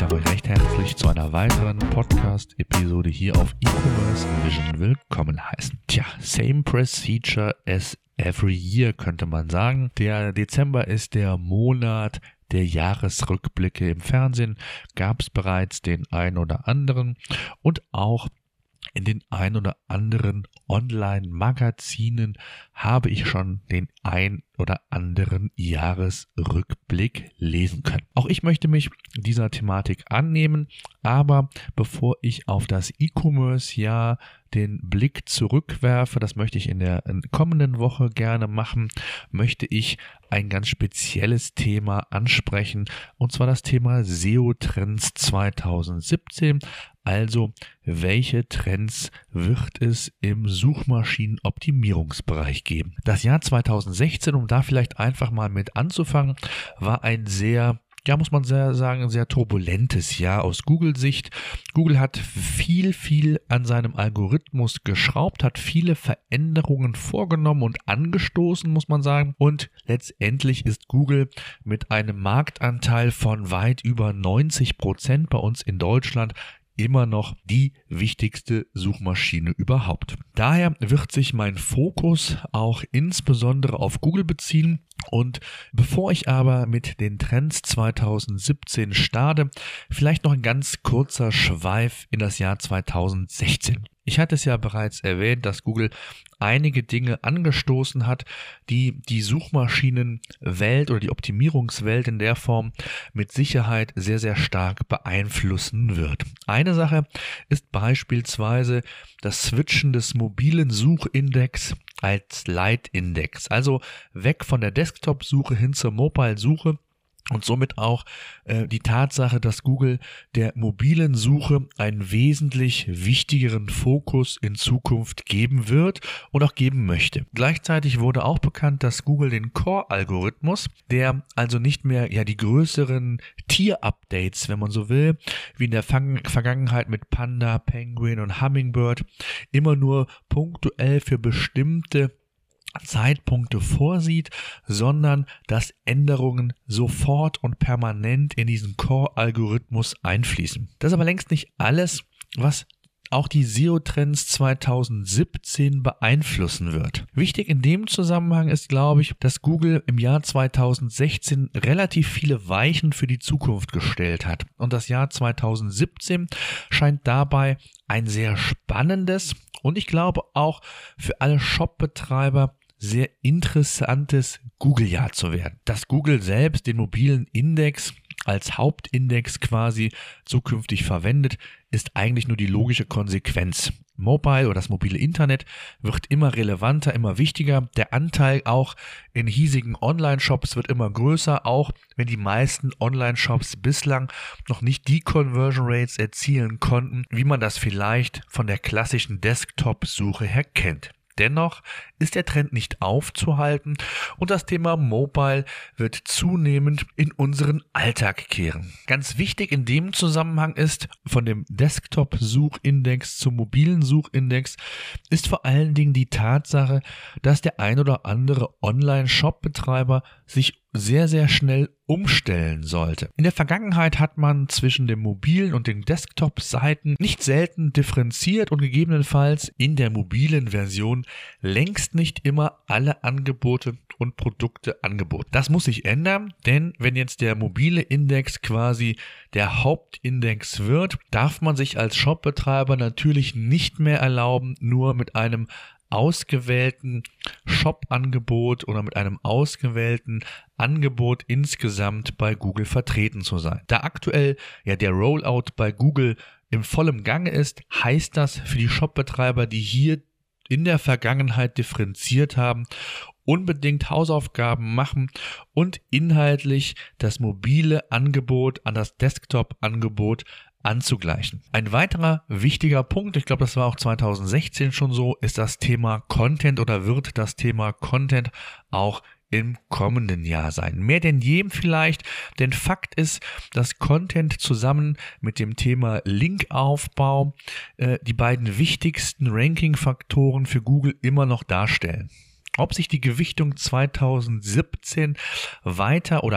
heiße euch recht herzlich zu einer weiteren Podcast-Episode hier auf E-Commerce Vision willkommen heißen. Tja, same procedure as every year könnte man sagen. Der Dezember ist der Monat der Jahresrückblicke. Im Fernsehen gab es bereits den ein oder anderen und auch in den ein oder anderen Online-Magazinen habe ich schon den ein oder anderen Jahresrückblick lesen können. Auch ich möchte mich dieser Thematik annehmen, aber bevor ich auf das E-Commerce-Jahr den Blick zurückwerfe, das möchte ich in der kommenden Woche gerne machen, möchte ich ein ganz spezielles Thema ansprechen, und zwar das Thema SEO-Trends 2017. Also, welche Trends wird es im Suchmaschinenoptimierungsbereich geben? Das Jahr 2016, um da vielleicht einfach mal mit anzufangen, war ein sehr, muss man sagen, sehr turbulentes Jahr aus Google-Sicht. Google hat viel an seinem Algorithmus geschraubt, hat viele Veränderungen vorgenommen und angestoßen, muss man sagen. Und letztendlich ist Google mit einem Marktanteil von weit über 90% bei uns in Deutschland immer noch die wichtigste Suchmaschine überhaupt. Daher wird sich mein Fokus auch insbesondere auf Google beziehen. Und bevor ich aber mit den Trends 2017 starte, vielleicht noch ein ganz kurzer Schweif in das Jahr 2016. Ich hatte es ja bereits erwähnt, dass Google einige Dinge angestoßen hat, die die Suchmaschinenwelt oder die Optimierungswelt in der Form mit Sicherheit sehr stark beeinflussen wird. Eine Sache ist beispielsweise das Switchen des mobilen Suchindex als Leitindex, also weg von der Desktop-Suche hin zur Mobile-Suche. Und somit auch die Tatsache, dass Google der mobilen Suche einen wesentlich wichtigeren Fokus in Zukunft geben wird und auch geben möchte. Gleichzeitig wurde auch bekannt, dass Google den Core-Algorithmus, der also nicht mehr die größeren Tier-Updates, wenn man so will, wie in der Vergangenheit mit Panda, Penguin und Hummingbird, immer nur punktuell für bestimmte Zeitpunkte vorsieht, sondern dass Änderungen sofort und permanent in diesen Core-Algorithmus einfließen. Das ist aber längst nicht alles, was auch die SEO-Trends 2017 beeinflussen wird. Wichtig in dem Zusammenhang ist, glaube ich, dass Google im Jahr 2016 relativ viele Weichen für die Zukunft gestellt hat. Und das Jahr 2017 scheint dabei ein sehr spannendes und ich glaube auch für alle Shop-Betreiber sehr interessantes Google-Jahr zu werden. Dass Google selbst den mobilen Index als Hauptindex quasi zukünftig verwendet, ist eigentlich nur die logische Konsequenz. Mobile oder das mobile Internet wird immer relevanter, immer wichtiger. Der Anteil auch in hiesigen Online-Shops wird immer größer, auch wenn die meisten Online-Shops bislang noch nicht die Conversion Rates erzielen konnten, wie man das vielleicht von der klassischen Desktop-Suche her kennt. Dennoch ist der Trend nicht aufzuhalten und das Thema Mobile wird zunehmend in unseren Alltag kehren. Ganz wichtig in dem Zusammenhang ist, von dem Desktop-Suchindex zum mobilen Suchindex ist vor allen Dingen die Tatsache, dass der ein oder andere Online-Shop-Betreiber sich sehr schnell umstellen sollte. In der Vergangenheit hat man zwischen den mobilen und den Desktop-Seiten nicht selten differenziert und gegebenenfalls in der mobilen Version längst nicht immer alle Angebote und Produkte angeboten. Das muss sich ändern, denn wenn jetzt der mobile Index quasi der Hauptindex wird, darf man sich als Shopbetreiber natürlich nicht mehr erlauben, nur mit einem ausgewählten Shop-Angebot oder mit einem ausgewählten Angebot insgesamt bei Google vertreten zu sein. Da aktuell der Rollout bei Google im vollen Gange ist, heißt das für die Shopbetreiber, die hier in der Vergangenheit differenziert haben, unbedingt Hausaufgaben machen und inhaltlich das mobile Angebot an das Desktop-Angebot anzugleichen. Ein weiterer wichtiger Punkt, ich glaube, das war auch 2016 schon so, ist das Thema Content oder wird das Thema Content auch im kommenden Jahr sein. Mehr denn je vielleicht, denn Fakt ist, dass Content zusammen mit dem Thema Linkaufbau die beiden wichtigsten Ranking-Faktoren für Google immer noch darstellen. Ob sich die Gewichtung 2017 weiter oder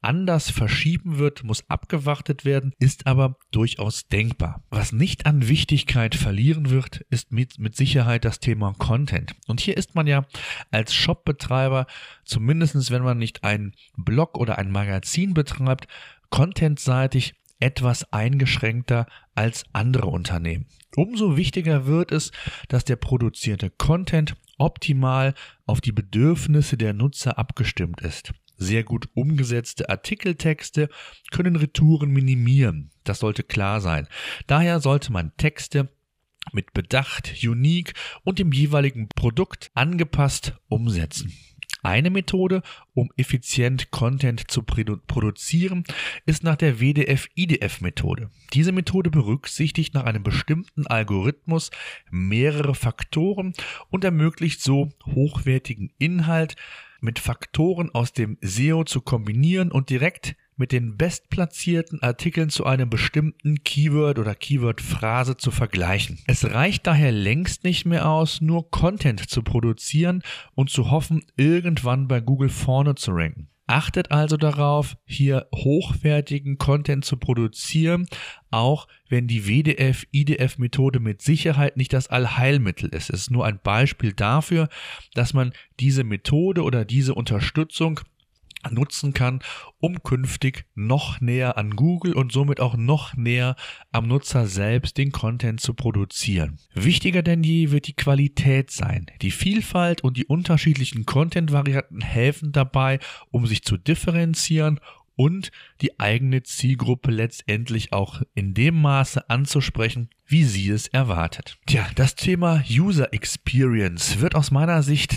anders verschieben wird, muss abgewartet werden, ist aber durchaus denkbar. Was nicht an Wichtigkeit verlieren wird, ist mit Sicherheit das Thema Content. Und hier ist man ja als Shopbetreiber, zumindest wenn man nicht einen Blog oder ein Magazin betreibt, contentseitig etwas eingeschränkter als andere Unternehmen. Umso wichtiger wird es, dass der produzierte Content optimal auf die Bedürfnisse der Nutzer abgestimmt ist. Sehr gut umgesetzte Artikeltexte können Retouren minimieren. Das sollte klar sein. Daher sollte man Texte mit Bedacht, unique und dem jeweiligen Produkt angepasst umsetzen. Eine Methode, um effizient Content zu produzieren, ist nach der WDF-IDF-Methode. Diese Methode berücksichtigt nach einem bestimmten Algorithmus mehrere Faktoren und ermöglicht so hochwertigen Inhalt mit Faktoren aus dem SEO zu kombinieren und direkt mit den bestplatzierten Artikeln zu einem bestimmten Keyword oder Keyword-Phrase zu vergleichen. Es reicht daher längst nicht mehr aus, nur Content zu produzieren und zu hoffen, irgendwann bei Google vorne zu ranken. Achtet also darauf, hier hochwertigen Content zu produzieren, auch wenn die WDF-IDF-Methode mit Sicherheit nicht das Allheilmittel ist. Es ist nur ein Beispiel dafür, dass man diese Methode oder diese Unterstützung nutzen kann, um künftig noch näher an Google und somit auch noch näher am Nutzer selbst den Content zu produzieren. Wichtiger denn je wird die Qualität sein. Die Vielfalt und die unterschiedlichen Content-Varianten helfen dabei, um sich zu differenzieren und die eigene Zielgruppe letztendlich auch in dem Maße anzusprechen, wie sie es erwartet. Tja, das Thema User Experience wird aus meiner Sicht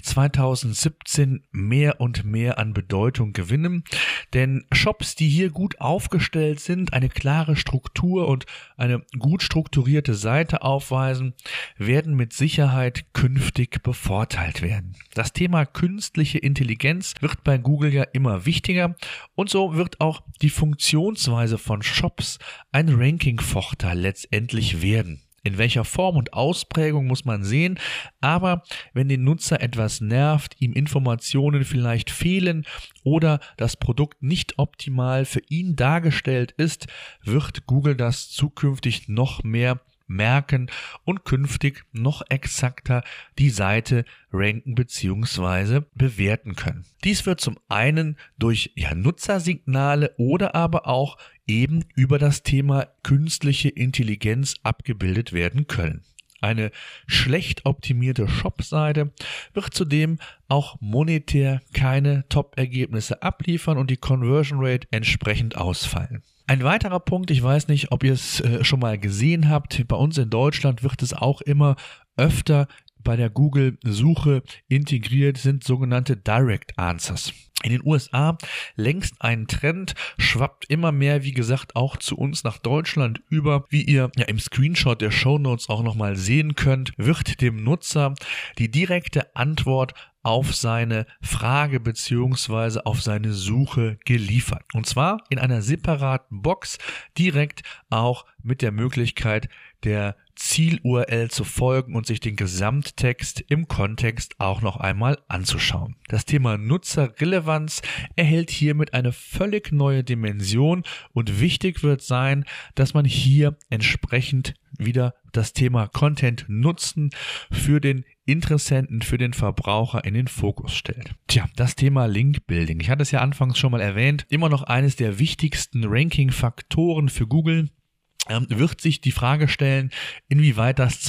2017 mehr und mehr an Bedeutung gewinnen, denn Shops, die hier gut aufgestellt sind, eine klare Struktur und eine gut strukturierte Seite aufweisen, werden mit Sicherheit künftig bevorteilt werden. Das Thema künstliche Intelligenz wird bei Google ja immer wichtiger und so wird auch die Funktionsweise von Shops ein Ranking-Vorteil letztendlich werden. In welcher Form und Ausprägung muss man sehen, aber wenn den Nutzer etwas nervt, ihm Informationen vielleicht fehlen oder das Produkt nicht optimal für ihn dargestellt ist, wird Google das zukünftig noch mehr merken und künftig noch exakter die Seite ranken bzw. bewerten können. Dies wird zum einen durch Nutzersignale oder aber auch eben über das Thema künstliche Intelligenz abgebildet werden können. Eine schlecht optimierte Shop-Seite wird zudem auch monetär keine Top-Ergebnisse abliefern und die Conversion Rate entsprechend ausfallen. Ein weiterer Punkt, ich weiß nicht, ob ihr es schon mal gesehen habt, bei uns in Deutschland wird es auch immer öfter bei der Google-Suche integriert, sind sogenannte Direct Answers. In den USA längst ein Trend, schwappt immer mehr, wie gesagt, auch zu uns nach Deutschland über. Wie ihr im Screenshot der Shownotes auch nochmal sehen könnt, wird dem Nutzer die direkte Antwort auf seine Frage bzw. auf seine Suche geliefert. Und zwar in einer separaten Box, direkt auch mit der Möglichkeit der Ziel-URL zu folgen und sich den Gesamttext im Kontext auch noch einmal anzuschauen. Das Thema Nutzerrelevanz erhält hiermit eine völlig neue Dimension und wichtig wird sein, dass man hier entsprechend wieder das Thema Content nutzen für den Interessenten, für den Verbraucher in den Fokus stellt. Tja, das Thema Link-Building. Ich hatte es ja anfangs schon mal erwähnt, immer noch eines der wichtigsten Ranking-Faktoren für Google. Wird sich die Frage stellen, inwieweit das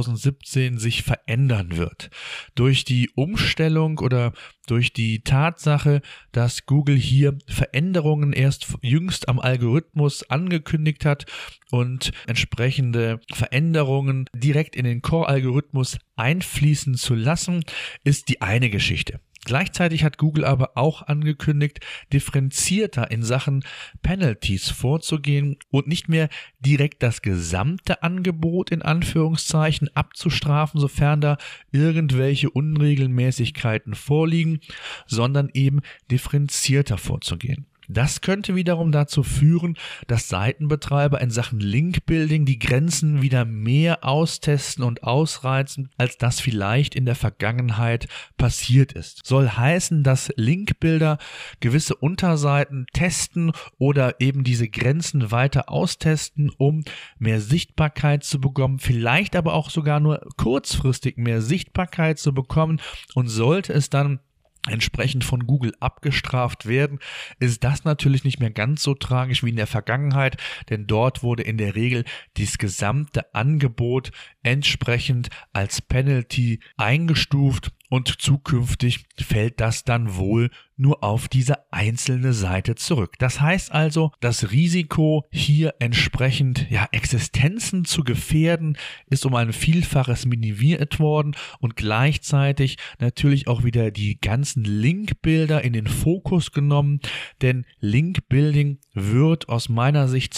2017 sich verändern wird. Durch die Umstellung oder durch die Tatsache, dass Google hier Veränderungen erst jüngst am Algorithmus angekündigt hat und entsprechende Veränderungen direkt in den Core-Algorithmus einfließen zu lassen, ist die eine Geschichte. Gleichzeitig hat Google aber auch angekündigt, differenzierter in Sachen Penalties vorzugehen und nicht mehr direkt das gesamte Angebot in Anführungszeichen abzustrafen, sofern da irgendwelche Unregelmäßigkeiten vorliegen, sondern eben differenzierter vorzugehen. Das könnte wiederum dazu führen, dass Seitenbetreiber in Sachen Linkbuilding die Grenzen wieder mehr austesten und ausreizen, als das vielleicht in der Vergangenheit passiert ist. Soll heißen, dass Linkbuilder gewisse Unterseiten testen oder eben diese Grenzen weiter austesten, um mehr Sichtbarkeit zu bekommen, vielleicht aber auch sogar nur kurzfristig mehr Sichtbarkeit zu bekommen, und sollte es dann entsprechend von Google abgestraft werden, ist das natürlich nicht mehr ganz so tragisch wie in der Vergangenheit, denn dort wurde in der Regel das gesamte Angebot entsprechend als Penalty eingestuft und zukünftig fällt das dann wohl nur auf diese einzelne Seite zurück. Das heißt also, das Risiko, hier entsprechend Existenzen zu gefährden, ist um ein Vielfaches minimiert worden und gleichzeitig natürlich auch wieder die ganzen Linkbilder in den Fokus genommen, denn Linkbuilding wird aus meiner Sicht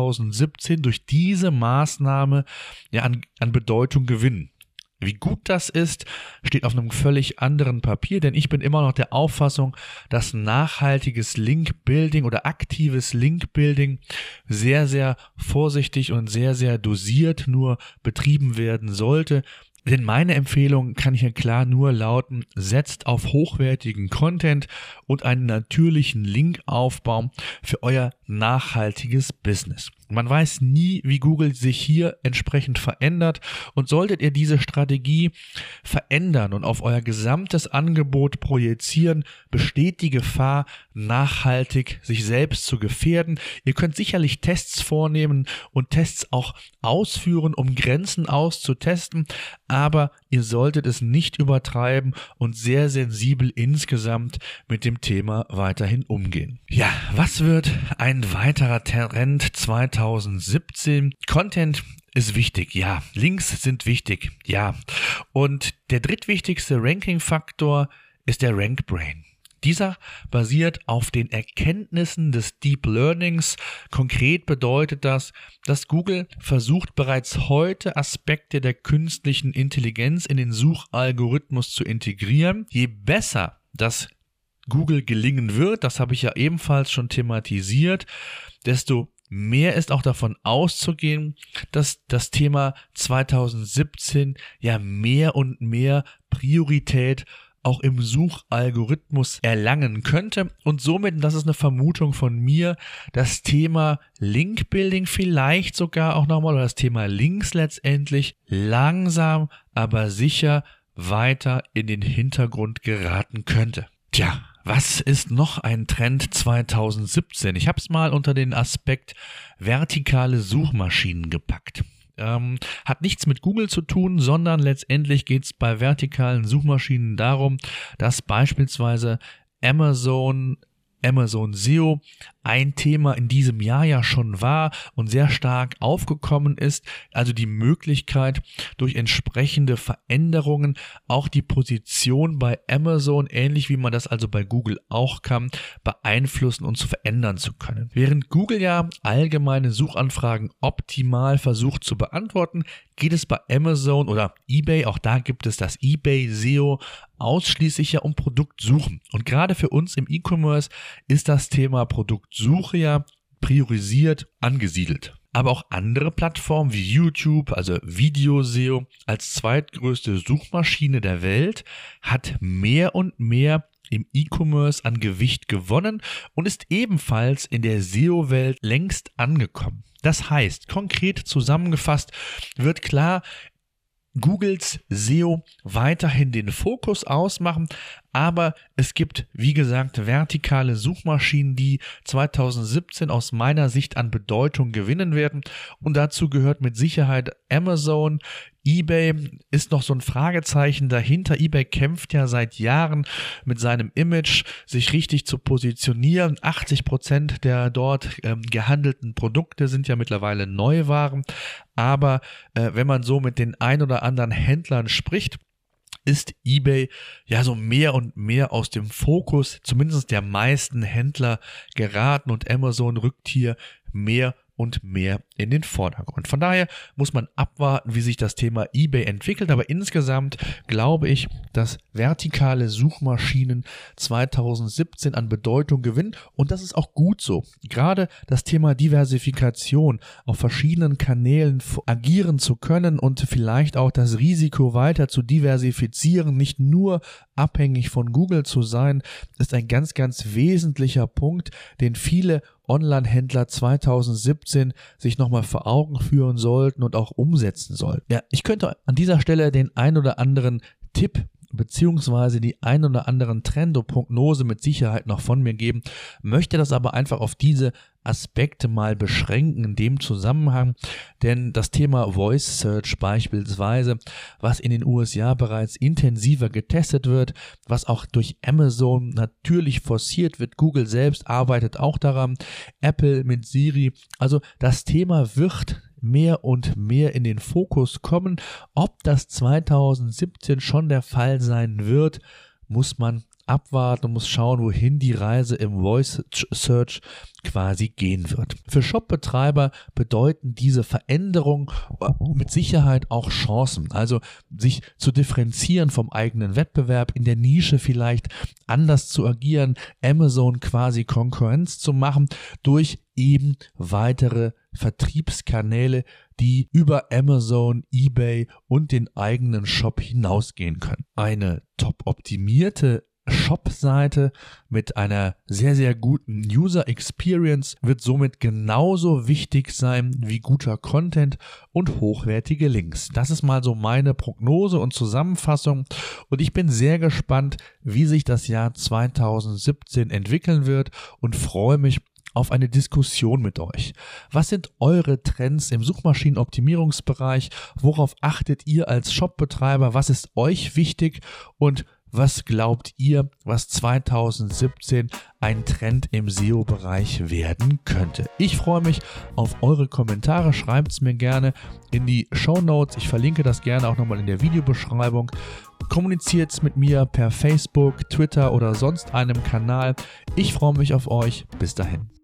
2017 durch diese Maßnahme an Bedeutung gewinnen. Wie gut das ist, steht auf einem völlig anderen Papier, denn ich bin immer noch der Auffassung, dass nachhaltiges Linkbuilding oder aktives Linkbuilding sehr, sehr vorsichtig und sehr, sehr dosiert nur betrieben werden sollte. Denn meine Empfehlung kann hier klar nur lauten, setzt auf hochwertigen Content und einen natürlichen Linkaufbau für euer nachhaltiges Business. Man weiß nie, wie Google sich hier entsprechend verändert, und solltet ihr diese Strategie verändern und auf euer gesamtes Angebot projizieren, besteht die Gefahr, nachhaltig sich selbst zu gefährden. Ihr könnt sicherlich Tests vornehmen und Tests auch ausführen, um Grenzen auszutesten, aber ihr solltet es nicht übertreiben und sehr sensibel insgesamt mit dem Thema weiterhin umgehen. Ja, was wird ein weiterer Trend 2017? Content ist wichtig, ja. Links sind wichtig, ja. Und der drittwichtigste Ranking-Faktor ist der RankBrain. Dieser basiert auf den Erkenntnissen des Deep Learnings. Konkret bedeutet das, dass Google versucht bereits heute Aspekte der künstlichen Intelligenz in den Suchalgorithmus zu integrieren. Je besser das Google gelingen wird, das habe ich ja ebenfalls schon thematisiert, desto mehr ist auch davon auszugehen, dass das Thema 2017 mehr und mehr Priorität auch im Suchalgorithmus erlangen könnte und somit, das ist eine Vermutung von mir, das Thema Linkbuilding vielleicht sogar auch nochmal, oder das Thema Links letztendlich langsam, aber sicher weiter in den Hintergrund geraten könnte. Tja, was ist noch ein Trend 2017? Ich habe es mal unter den Aspekt vertikale Suchmaschinen gepackt. Hat nichts mit Google zu tun, sondern letztendlich geht es bei vertikalen Suchmaschinen darum, dass beispielsweise Amazon SEO ein Thema in diesem Jahr ja schon war und sehr stark aufgekommen ist, also die Möglichkeit, durch entsprechende Veränderungen auch die Position bei Amazon, ähnlich wie man das also bei Google auch kann, beeinflussen und zu verändern zu können. Während Google ja allgemeine Suchanfragen optimal versucht zu beantworten, geht es bei Amazon oder eBay, auch da gibt es das eBay SEO, ausschließlich ja um Produktsuchen. Und gerade für uns im E-Commerce ist das Thema Produktsuche ja priorisiert angesiedelt. Aber auch andere Plattformen wie YouTube, also Video-SEO, als zweitgrößte Suchmaschine der Welt, hat mehr und mehr im E-Commerce an Gewicht gewonnen und ist ebenfalls in der SEO-Welt längst angekommen. Das heißt, konkret zusammengefasst wird klar, Googles SEO weiterhin den Fokus ausmachen, aber es gibt, wie gesagt, vertikale Suchmaschinen, die 2017 aus meiner Sicht an Bedeutung gewinnen werden, und dazu gehört mit Sicherheit Amazon. eBay ist noch so ein Fragezeichen dahinter. eBay kämpft ja seit Jahren mit seinem Image, sich richtig zu positionieren. 80% der dort gehandelten Produkte sind ja mittlerweile Neuwaren, aber wenn man so mit den ein oder anderen Händlern spricht, ist eBay ja so mehr und mehr aus dem Fokus, zumindest der meisten Händler, geraten, und Amazon rückt hier mehr und mehr in den Vordergrund. Von daher muss man abwarten, wie sich das Thema eBay entwickelt, aber insgesamt glaube ich, dass vertikale Suchmaschinen 2017 an Bedeutung gewinnen und das ist auch gut so. Gerade das Thema Diversifikation, auf verschiedenen Kanälen agieren zu können und vielleicht auch das Risiko weiter zu diversifizieren, nicht nur abhängig von Google zu sein, ist ein ganz, ganz wesentlicher Punkt, den viele Online-Händler 2017 sich nochmal vor Augen führen sollten und auch umsetzen sollten. Ja, ich könnte an dieser Stelle den ein oder anderen Tipp beziehungsweise die ein oder anderen Trend-Prognose mit Sicherheit noch von mir geben, möchte das aber einfach auf diese Aspekte mal beschränken in dem Zusammenhang, denn das Thema Voice Search beispielsweise, was in den USA bereits intensiver getestet wird, was auch durch Amazon natürlich forciert wird, Google selbst arbeitet auch daran, Apple mit Siri, also das Thema wird mehr und mehr in den Fokus kommen. Ob das 2017 schon der Fall sein wird, muss man abwarten und muss schauen, wohin die Reise im Voice Search quasi gehen wird. Für Shopbetreiber bedeuten diese Veränderungen mit Sicherheit auch Chancen, also sich zu differenzieren vom eigenen Wettbewerb, in der Nische vielleicht anders zu agieren, Amazon quasi Konkurrenz zu machen durch eben weitere Vertriebskanäle, die über Amazon, eBay und den eigenen Shop hinausgehen können. Eine top optimierte Shop-Seite mit einer sehr, sehr guten User Experience wird somit genauso wichtig sein wie guter Content und hochwertige Links. Das ist mal so meine Prognose und Zusammenfassung und ich bin sehr gespannt, wie sich das Jahr 2017 entwickeln wird und freue mich auf eine Diskussion mit euch. Was sind eure Trends im Suchmaschinenoptimierungsbereich? Worauf achtet ihr als Shopbetreiber? Was ist euch wichtig? Und was glaubt ihr, was 2017 ein Trend im SEO-Bereich werden könnte? Ich freue mich auf eure Kommentare. Schreibt es mir gerne in die Shownotes. Ich verlinke das gerne auch nochmal in der Videobeschreibung. Kommuniziert es mit mir per Facebook, Twitter oder sonst einem Kanal. Ich freue mich auf euch. Bis dahin.